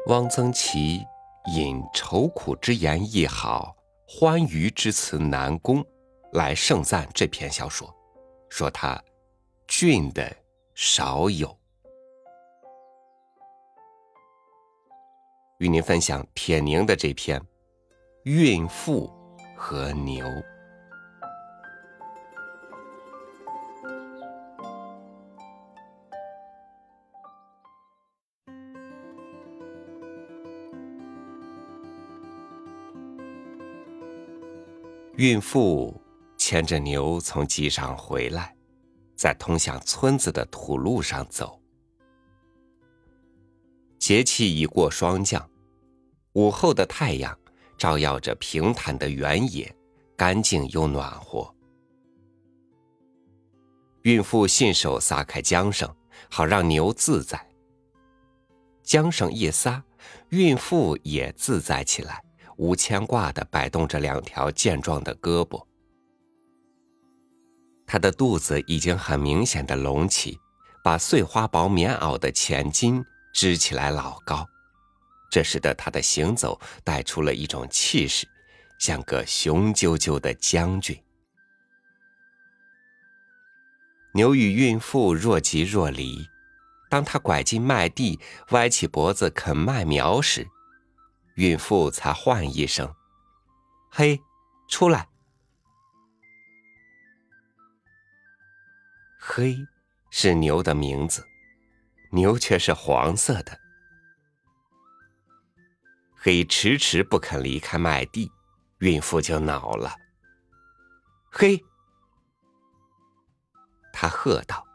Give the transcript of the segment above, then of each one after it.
汪曾祺引愁苦之言亦好，欢愉之词难攻，来盛赞这篇小说，说它俊的少有。与您分享铁凝的这篇《孕妇和牛》。孕妇牵着牛从集上回来，在通向村子的土路上走。节气已过霜降，午后的太阳照耀着平坦的原野，干净又暖和。孕妇信手撒开缰绳，好让牛自在。缰绳一撒，孕妇也自在起来，无牵挂地摆动着两条健壮的胳膊。她的肚子已经很明显的隆起，把碎花薄棉袄的前襟支起来老高，这使得她的行走带出了一种气势，像个雄赳赳的将军。牛与孕妇若即若离，当她拐进麦地，歪起脖子啃麦苗时，孕妇才唤一声：“嘿，出来！”黑是牛的名字，牛却是黄色的。黑迟迟不肯离开麦地，孕妇就恼了。嘿！他喝道。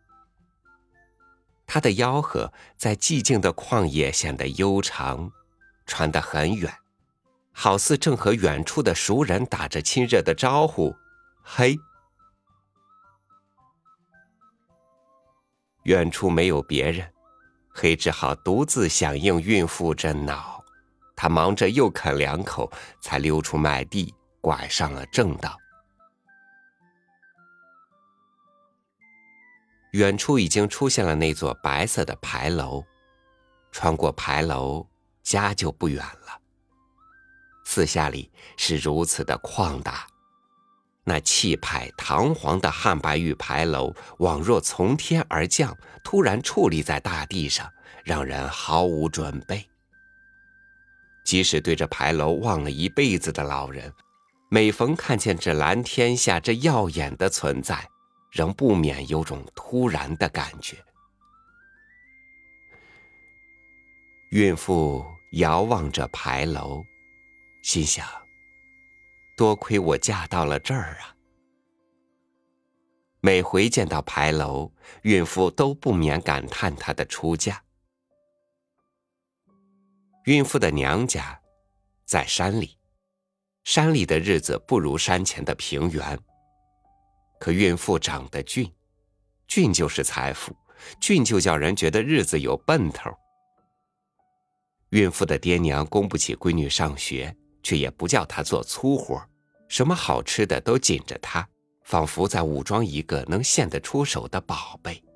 他的吆喝在寂静的旷野显得悠长，传得很远，好似正和远处的熟人打着亲热的招呼。嘿！远处没有别人，黑只好独自响应孕妇这恼。他忙着又啃两口，才溜出麦地，拐上了正道。远处已经出现了那座白色的牌楼，穿过牌楼，家就不远了。四下里是如此的旷大，那气派堂皇的汉白玉牌楼宛若从天而降，突然矗立在大地上，让人毫无准备。即使对着牌楼望了一辈子的老人，每逢看见这蓝天下这耀眼的存在，仍不免有种突然的感觉。孕妇遥望着牌楼，心想：多亏我嫁到了这儿啊！每回见到牌楼，孕妇都不免感叹她的出嫁。孕妇的娘家在山里，山里的日子不如山前的平原。可孕妇长得俊，俊就是财富，俊就叫人觉得日子有奔头。孕妇的爹娘供不起闺女上学，却也不叫她做粗活，什么好吃的都紧着她，仿佛在武装一个能献得出手的宝贝。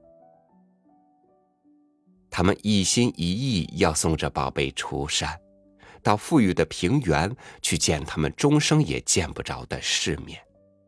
他们一心一意要送着宝贝出山，到富裕的平原去见他们终生也见不着的世面。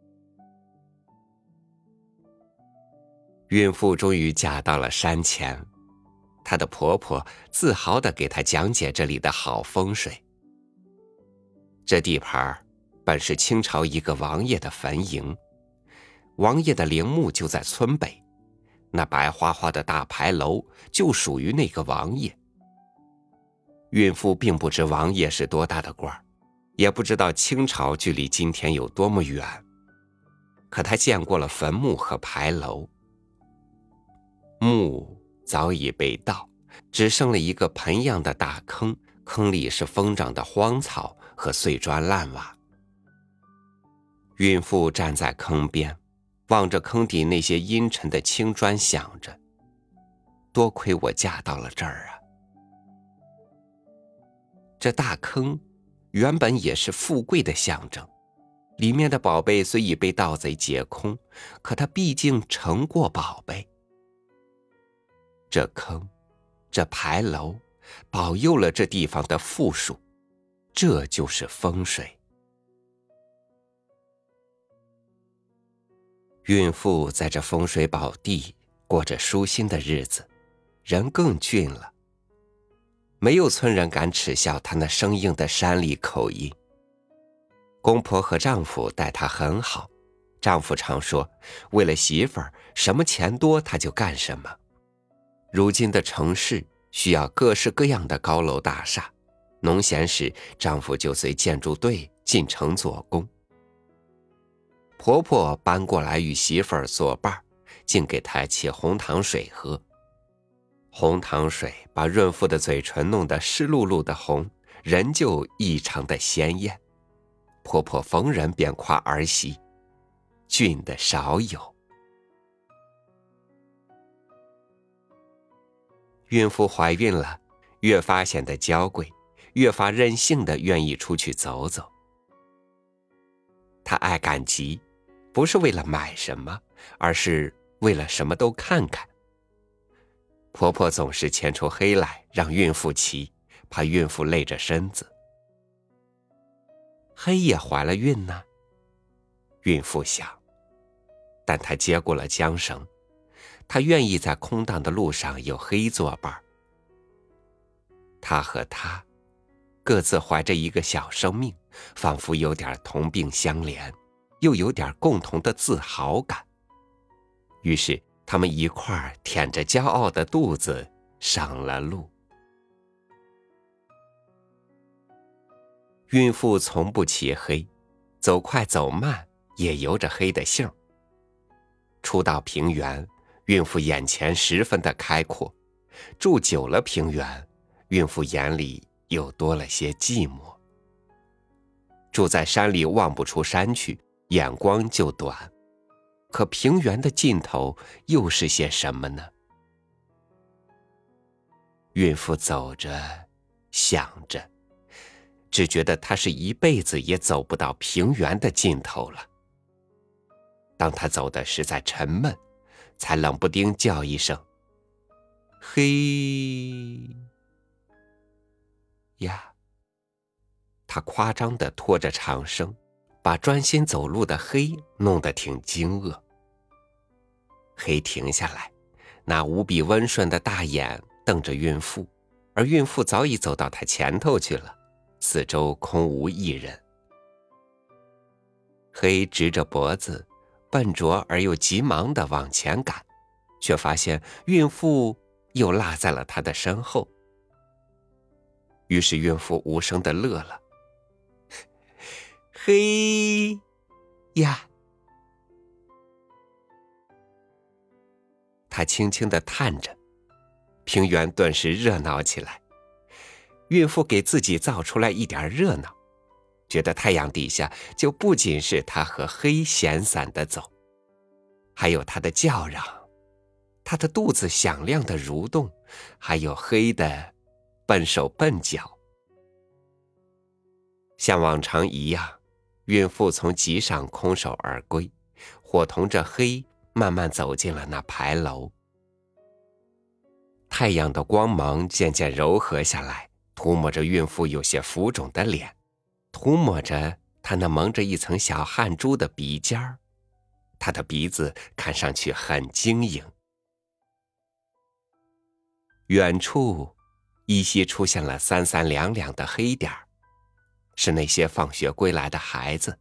孕妇终于嫁到了山前，她的婆婆自豪地给她讲解这里的好风水。这地盘本是清朝一个王爷的坟茔，王爷的陵墓就在村北，那白花花的大牌楼就属于那个王爷。孕妇并不知王爷是多大的官，也不知道清朝距离今天有多么远，可她见过了坟墓和牌楼。墓早已被盗，只剩了一个盆样的大坑，坑里是疯长的荒草和碎砖烂瓦。孕妇站在坑边，望着坑底那些阴沉的青砖，想着：多亏我嫁到了这儿啊！这大坑原本也是富贵的象征，里面的宝贝虽已被盗贼劫空，可它毕竟成过宝贝。这坑，这牌楼， 保佑了这地方的富庶，这就是风水。孕妇在这风水宝地过着舒心的日子，人更俊了。没有村人敢耻笑她那生硬的山里口音。公婆和丈夫待她很好，丈夫常说，为了媳妇儿，什么钱多他就干什么。如今的城市需要各式各样的高楼大厦，农闲时丈夫就随建筑队进城做工。婆婆搬过来与媳妇儿作伴，竟给她沏红糖水喝。红糖水把润妇的嘴唇弄得湿漉漉的红，人就异常的鲜艳。婆婆逢人便夸儿媳，俊的少有。孕妇怀孕了，越发显得娇贵，越发任性的愿意出去走走。她爱赶集，不是为了买什么，而是为了什么都看看。婆婆总是牵出黑来让孕妇骑，怕孕妇累着身子。黑也怀了孕呢，孕妇想，但她接过了缰绳，她愿意在空荡的路上有黑作伴。她和他各自怀着一个小生命，仿佛有点同病相怜，又有点共同的自豪感。于是他们一块儿舔着骄傲的肚子上了路。孕妇从不骑黑，走快走慢也由着黑的性。初到平原，孕妇眼前十分的开阔，住久了平原，孕妇眼里又多了些寂寞。住在山里望不出山去，眼光就短，可平原的尽头又是些什么呢？孕妇走着，想着，只觉得她是一辈子也走不到平原的尽头了。当她走得实在沉闷，才冷不丁叫一声：“嘿呀！”她夸张地拖着长声，把专心走路的黑弄得挺惊愕。黑停下来，那无比温顺的大眼瞪着孕妇，而孕妇早已走到他前头去了，四周空无一人。黑直着脖子，笨拙而又急忙地往前赶，却发现孕妇又落在了他的身后。于是孕妇无声地乐了：“嘿呀！”他轻轻地叹着，平原顿时热闹起来。孕妇给自己造出来一点热闹，觉得太阳底下就不仅是他和黑闲散地走，还有他的叫嚷，他的肚子响亮的蠕动，还有黑的笨手笨脚。像往常一样，孕妇从集上空手而归，伙同着黑慢慢走进了那牌楼。太阳的光芒渐渐柔和下来，涂抹着孕妇有些浮肿的脸，涂抹着她那蒙着一层小汗珠的鼻尖儿。她的鼻子看上去很晶莹。远处依稀出现了三三两两的黑点儿，是那些放学归来的孩子。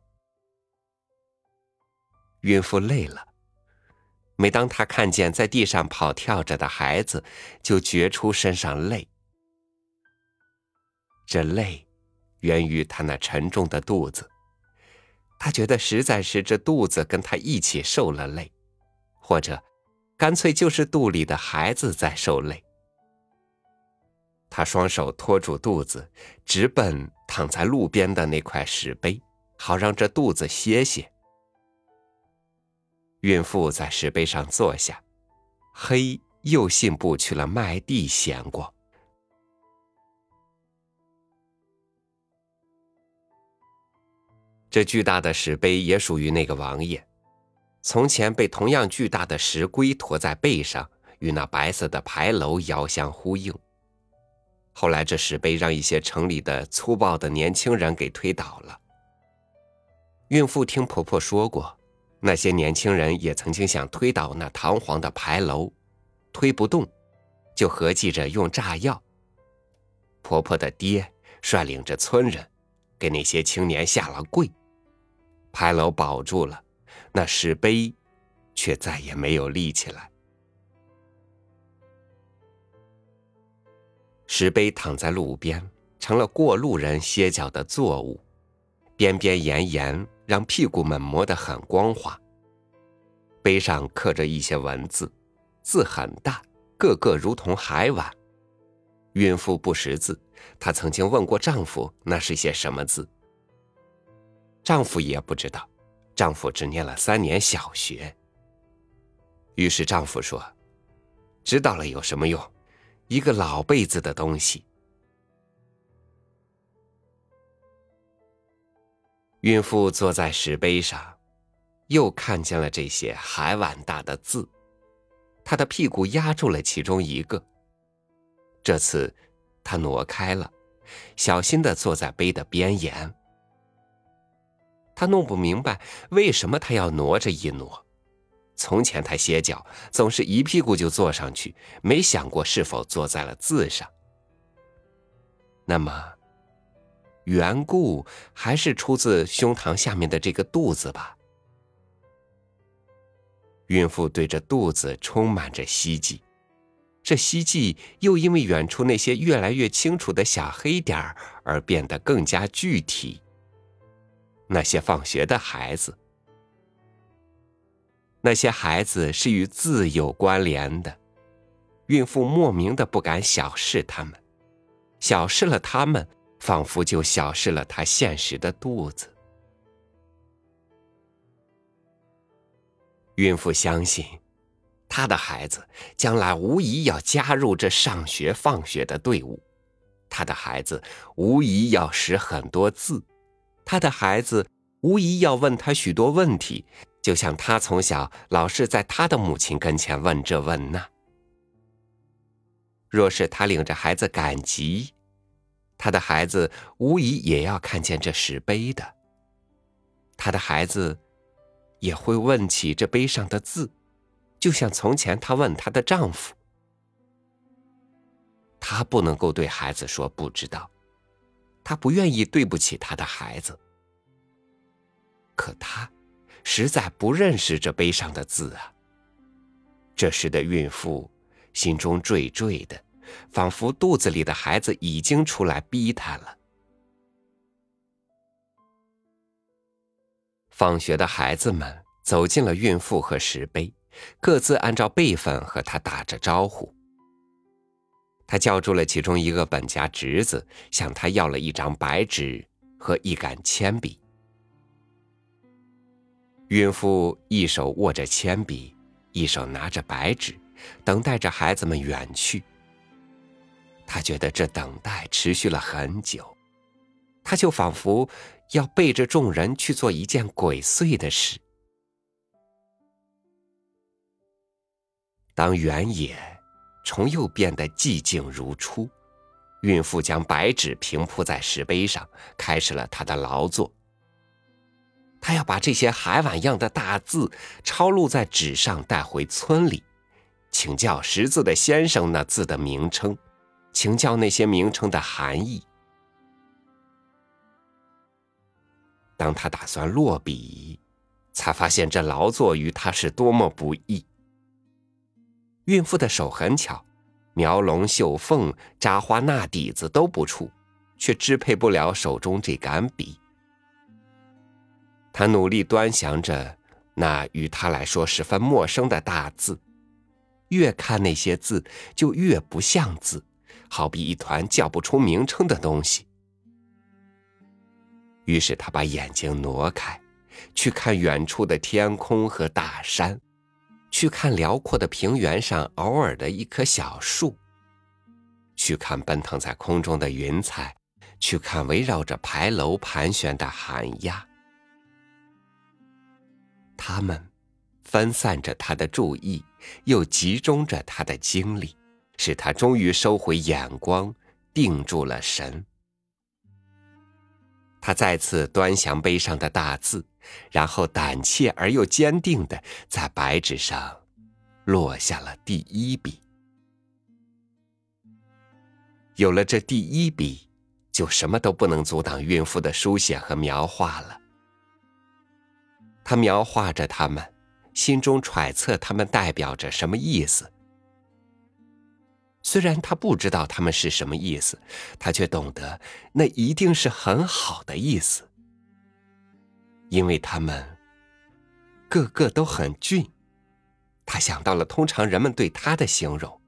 孕妇累了，每当她看见在地上跑跳着的孩子，就觉出身上累。这累源于她那沉重的肚子，她觉得实在是这肚子跟她一起受了累，或者干脆就是肚里的孩子在受累。她双手托住肚子，直奔躺在路边的那块石碑，好让这肚子歇歇。孕妇在石碑上坐下，黑又信步去了麦地闲逛。这巨大的石碑也属于那个王爷，从前被同样巨大的石龟驮在背上，与那白色的牌楼遥相呼应。 后来这石碑让一些城里的粗暴的年轻人给推倒了。孕妇听婆婆说过，那些年轻人也曾经想推倒那堂皇的牌楼，推不动，就合计着用炸药。婆婆的爹率领着村人，给那些青年下了跪，牌楼保住了，那石碑却再也没有立起来。石碑躺在路边，成了过路人歇脚的作物，边边沿沿让屁股们磨得很光滑。碑上刻着一些文字，字很大，个个如同海碗。孕妇不识字，她曾经问过丈夫那是些什么字，丈夫也不知道，丈夫只念了3年小学。于是丈夫说，知道了有什么用，一个老辈子的东西。孕妇坐在石碑上，又看见了这些海碗大的字，她的屁股压住了其中一个。这次她挪开了，小心地坐在碑的边沿。她弄不明白为什么她要挪着一挪。从前她歇脚总是一屁股就坐上去，没想过是否坐在了字上。那么缘故还是出自胸膛下面的这个肚子吧。孕妇对着肚子充满着希冀，这希冀又因为远处那些越来越清楚的小黑点而变得更加具体。那些放学的孩子，那些孩子是与字有关联的，孕妇莫名的不敢小视他们，小视了他们，仿佛就小视了她现实的肚子。孕妇相信，她的孩子将来无疑要加入这上学放学的队伍，她的孩子无疑要识很多字，她的孩子无疑要问她许多问题，就像她从小老是在她的母亲跟前问这问那。若是她领着孩子赶集，她的孩子无疑也要看见这石碑的，她的孩子也会问起这碑上的字，就像从前她问她的丈夫。她不能够对孩子说不知道，她不愿意对不起她的孩子，可她实在不认识这碑上的字啊。这时的孕妇心中惴惴的，仿佛肚子里的孩子已经出来逼她了。放学的孩子们走进了孕妇和石碑，各自按照辈分和她打着招呼。她叫住了其中一个本家侄子，向他要了一张白纸和一杆铅笔。孕妇一手握着铅笔，一手拿着白纸，等待着孩子们远去。她觉得这等待持续了很久，她就仿佛要背着众人去做一件鬼祟的事。当原野重又变得寂静如初，孕妇将白纸平铺在石碑上，开始了她的劳作。她要把这些海碗样的大字抄录在纸上，带回村里，请教识字的先生那字的名称，请教那些名称的含义。当她打算落笔，才发现这劳作于她是多么不易。孕妇的手很巧，描龙绣凤、扎花纳底子都不出，却支配不了手中这杆笔。她努力端详着那与她来说十分陌生的大字，越看那些字就越不像字，好比一团叫不出名称的东西。于是她把眼睛挪开，去看远处的天空和大山，去看辽阔的平原上偶尔的一棵小树，去看奔腾在空中的云彩，去看围绕着牌楼盘旋的寒鸦。它们分散着他的注意，又集中着他的精力，使他终于收回眼光， 定住了神。他再次端详碑上的大字，然后胆怯而又坚定地在白纸上落下了第一笔。有了这第一笔，就什么都不能阻挡孕妇的书写和描画了。他描画着它们，心中揣测它们代表着什么意思。虽然他不知道它们是什么意思，他却懂得那一定是很好的意思，因为它们个个都很俊。他想到了通常人们对他的形容，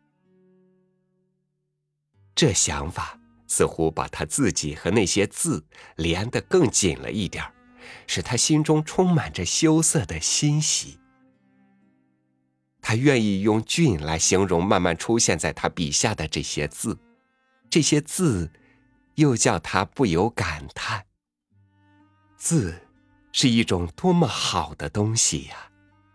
这想法似乎把他自己和那些字连得更紧了一点，使他心中充满着羞涩的欣喜。他愿意用俊来形容慢慢出现在他笔下的这些字，这些字又叫他不由感叹，字是一种多么好的东西呀！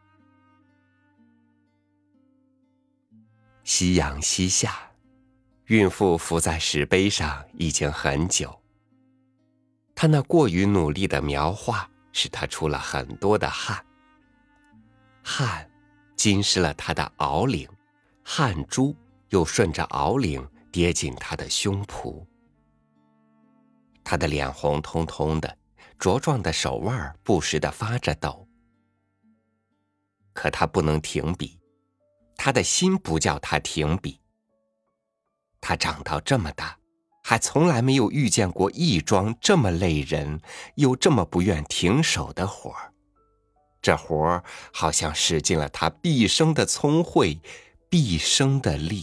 夕阳西下，孕妇伏在石碑上已经很久。她那过于努力的描画使她出了很多的汗，汗浸湿了她的袄领，汗珠又顺着袄领跌进她的胸脯。她的脸红彤彤的，茁壮的手腕不时地发着抖。可她不能停笔，她的心不叫她停笔。她长到这么大，还从来没有遇见过一桩这么累人又这么不愿停手的活儿。这活儿好像使尽了他毕生的聪慧，毕生的力。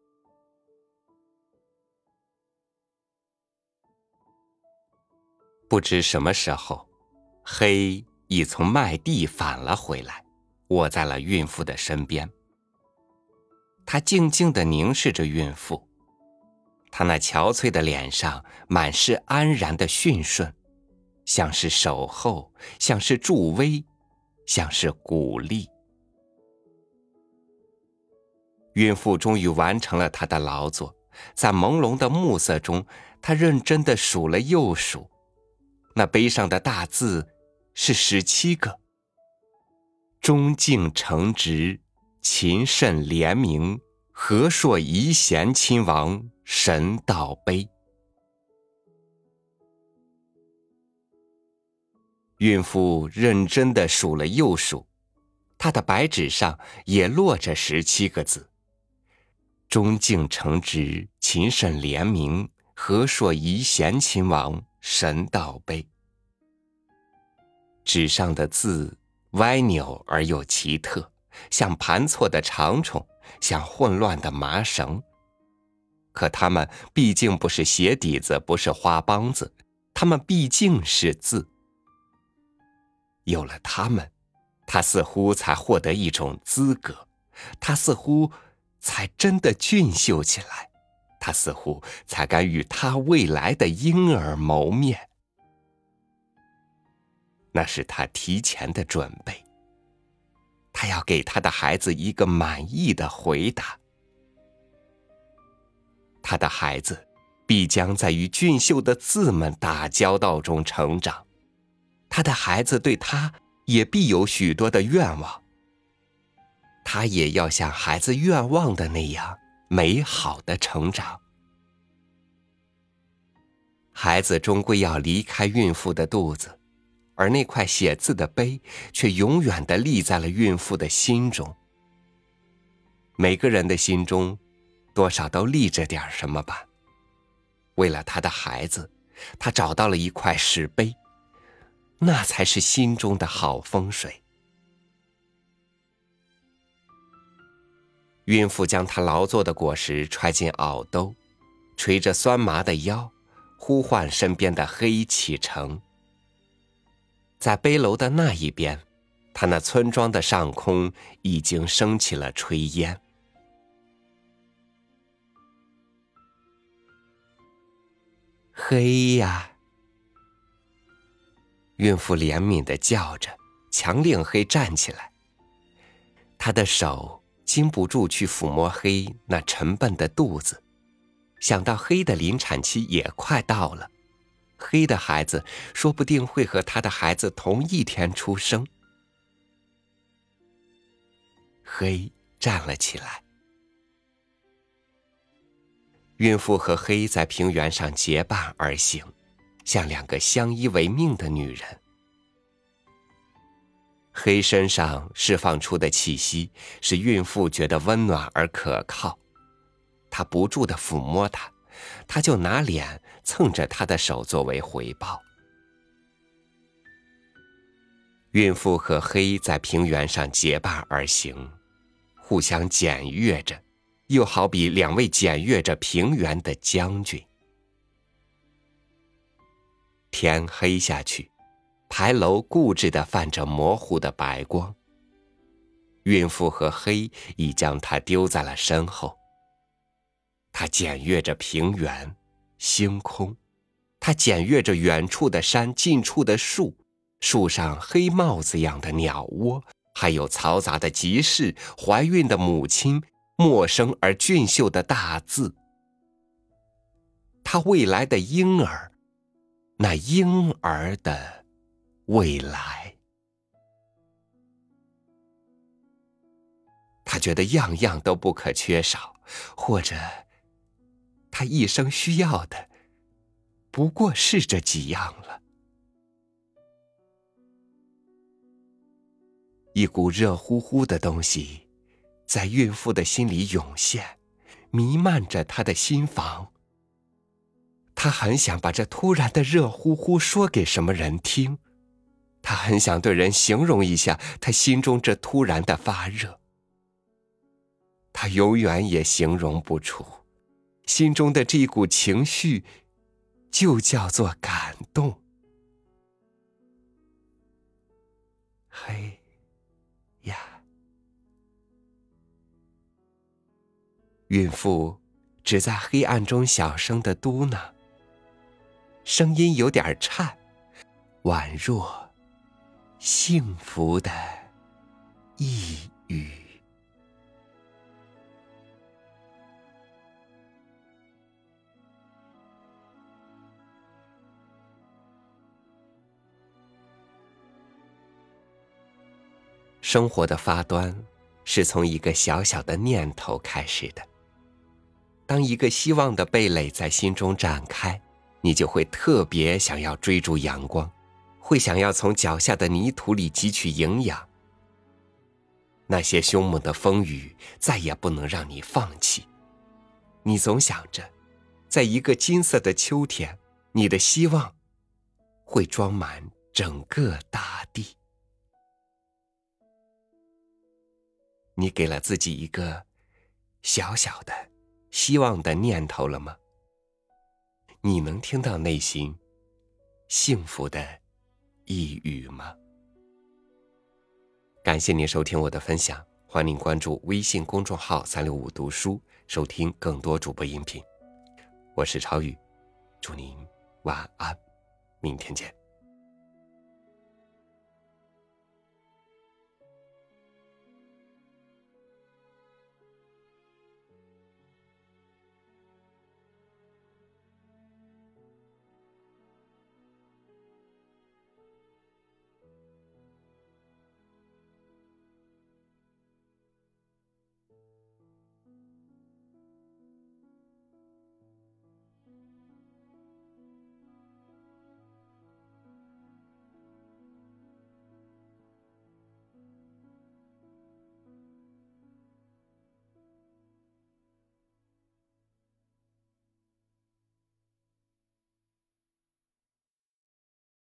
不知什么时候，黑已从麦地返了回来，卧在了孕妇的身边。他静静地凝视着孕妇，他那憔悴的脸上满是安然的驯顺，像是守候，像是助威，像是鼓励。孕妇终于完成了她的劳作，在朦胧的暮色中，她认真地数了又数，那碑上的大字是17个：忠敬诚直，勤慎廉明，和硕宜贤亲王，神道碑。孕妇认真地数了又数，她的白纸上也落着17个字：忠敬诚直，勤慎廉明，和硕宜贤亲王，神道碑。纸上的字歪扭而又奇特，像盘错的长虫，像混乱的麻绳。可它们毕竟不是鞋底子，不是花梆子，它们毕竟是字。有了它们，他似乎才获得一种资格，他似乎才真的俊秀起来，他似乎才敢与他未来的婴儿谋面。那是他提前的准备，他要给他的孩子一个满意的回答。他的孩子必将在与俊秀的字们打交道中成长，他的孩子对他也必有许多的愿望，他也要像孩子愿望的那样美好的成长。孩子终归要离开孕妇的肚子，而那块写字的碑却永远地立在了孕妇的心中。每个人的心中多少都立着点什么吧。为了他的孩子，他找到了一块石碑，那才是心中的好风水。孕妇将她劳作的果实揣进袄兜，垂着酸麻的腰，呼唤身边的黑启程。在碑楼的那一边，他那村庄的上空已经升起了炊烟。黑呀！孕妇怜悯地叫着，强令黑站起来。她的手禁不住去抚摸黑那沉笨的肚子， 想到黑的临产期也快到了，黑的孩子说不定会和他的孩子同一天出生。黑站了起来。孕妇和黑在平原上结伴而行，像两个相依为命的女人。黑身上释放出的气息使孕妇觉得温暖而可靠，她不住地抚摸它，她就拿脸蹭着她的手作为回报。孕妇和黑在平原上结伴而行，互相检阅着，又好比两位检阅着平原的将军。天黑下去，牌楼固执地泛着模糊的白光。孕妇和黑已将它丢在了身后。它检阅着平原、星空，它检阅着远处的山、近处的树，树上黑帽子样的鸟窝，还有嘈杂的集市、怀孕的母亲、陌生而俊秀的大字。他未来的婴儿，那婴儿的未来。他觉得样样都不可缺少，或者他一生需要的不过是这几样了。一股热乎乎的东西在孕妇的心里涌现，弥漫着她的心房。她很想把这突然的热乎乎说给什么人听，她很想对人形容一下她心中这突然的发热。她永远也形容不出，心中的这股情绪就叫做感动。黑呀，孕妇只在黑暗中小声地嘟囔，声音有点颤，宛若幸福的呓语。生活的发端是从一个小小的念头开始的。当一个希望的蓓蕾在心中展开，你就会特别想要追逐阳光，会想要从脚下的泥土里汲取营养。那些凶猛的风雨再也不能让你放弃。你总想着，在一个金色的秋天，你的希望会装满整个大地。你给了自己一个小小的希望的念头了吗？你能听到内心幸福的呓语吗？感谢您收听我的分享，欢迎关注微信公众号365读书，收听更多主播音频。我是超宇，祝您晚安，明天见。